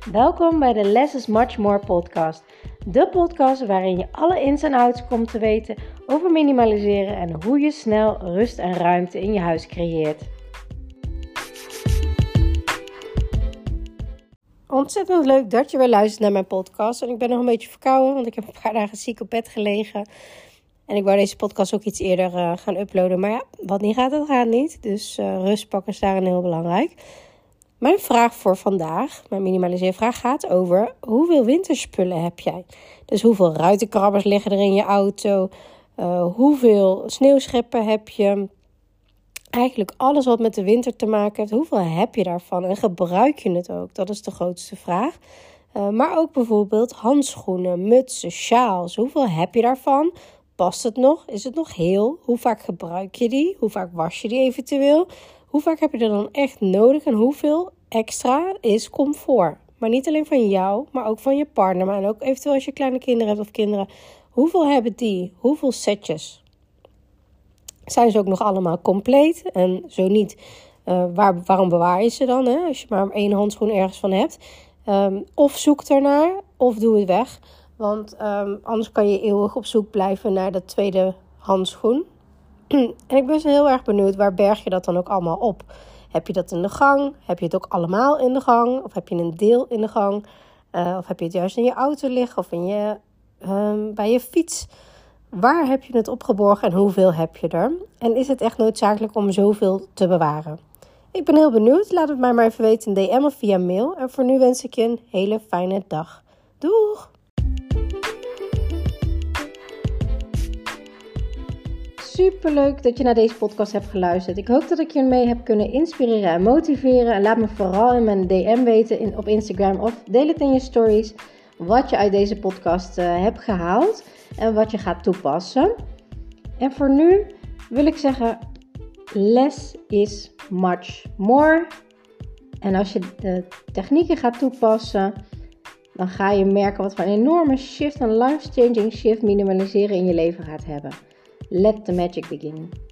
Welkom bij de Less is Much More podcast. De podcast waarin je alle ins en outs komt te weten over minimaliseren en hoe je snel rust en ruimte in je huis creëert. Ontzettend leuk dat je weer luistert naar mijn podcast. En ik ben nog een beetje verkouden, want ik heb een paar dagen ziek op bed gelegen. En ik wou deze podcast ook iets eerder gaan uploaden. Maar ja, wat niet gaat, dat gaat niet. Dus rust pakken is daarin heel belangrijk. Mijn vraag voor vandaag, mijn minimaliseervraag, gaat over hoeveel winterspullen heb jij? Dus hoeveel ruitenkrabbers liggen er in je auto? Hoeveel sneeuwscheppen heb je? Eigenlijk alles wat met de winter te maken heeft, hoeveel heb je daarvan? En gebruik je het ook? Dat is de grootste vraag. Maar ook bijvoorbeeld handschoenen, mutsen, sjaals. Hoeveel heb je daarvan? Past het nog? Is het nog heel? Hoe vaak gebruik je die? Hoe vaak was je die eventueel? Hoe vaak heb je er dan echt nodig? En hoeveel extra is comfort? Maar niet alleen van jou, maar ook van je partner. Maar ook eventueel als je kleine kinderen hebt of kinderen. Hoeveel hebben die? Hoeveel setjes? Zijn ze ook nog allemaal compleet? En zo niet, waarom bewaar je ze dan? Hè? Als je maar één handschoen ergens van hebt. Of zoek ernaar, of doe het weg. Want anders kan je eeuwig op zoek blijven naar de tweede handschoen. En ik ben zo heel erg benieuwd, waar berg je dat dan ook allemaal op? Heb je dat in de gang? Heb je het ook allemaal in de gang? Of heb je een deel in de gang? Of heb je het juist in je auto liggen? Of bij je fiets? Waar heb je het opgeborgen en hoeveel heb je er? En is het echt noodzakelijk om zoveel te bewaren? Ik ben heel benieuwd. Laat het mij maar even weten in DM of via mail. En voor nu wens ik je een hele fijne dag. Doeg! Superleuk dat je naar deze podcast hebt geluisterd. Ik hoop dat ik je mee heb kunnen inspireren en motiveren. En laat me vooral in mijn DM weten op Instagram of deel het in je stories wat je uit deze podcast hebt gehaald en wat je gaat toepassen. En voor nu wil ik zeggen, less is much more. En als je de technieken gaat toepassen, dan ga je merken wat voor een enorme shift, een life-changing shift minimaliseren in je leven gaat hebben. Let the magic begin.